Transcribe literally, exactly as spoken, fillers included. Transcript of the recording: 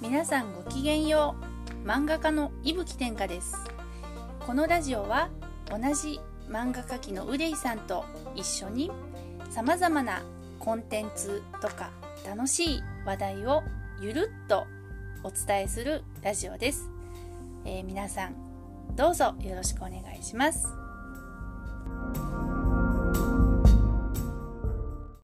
皆さんごきげんよう。漫画家の伊吹天香です。このラジオは同じ漫画家きのうれいさんと一緒にさまざまなコンテンツとか楽しい話題をゆるっとお伝えするラジオです。えー、皆さんどうぞよろしくお願いします。